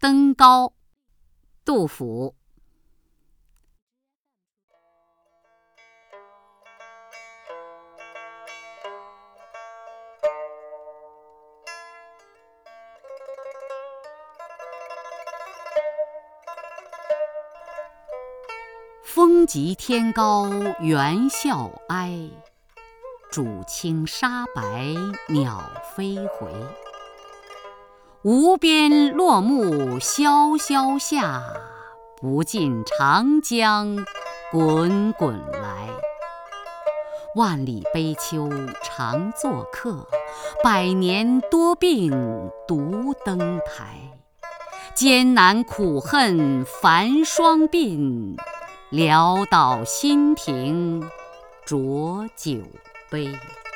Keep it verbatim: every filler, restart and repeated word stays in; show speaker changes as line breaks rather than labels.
登高，杜甫。风急天高猿啸哀，渚清沙白鸟飞回。无边落木萧萧下，不尽长江滚滚来。万里悲秋常作客，百年多病独登台。艰难苦恨繁霜鬓，潦倒新停浊酒杯。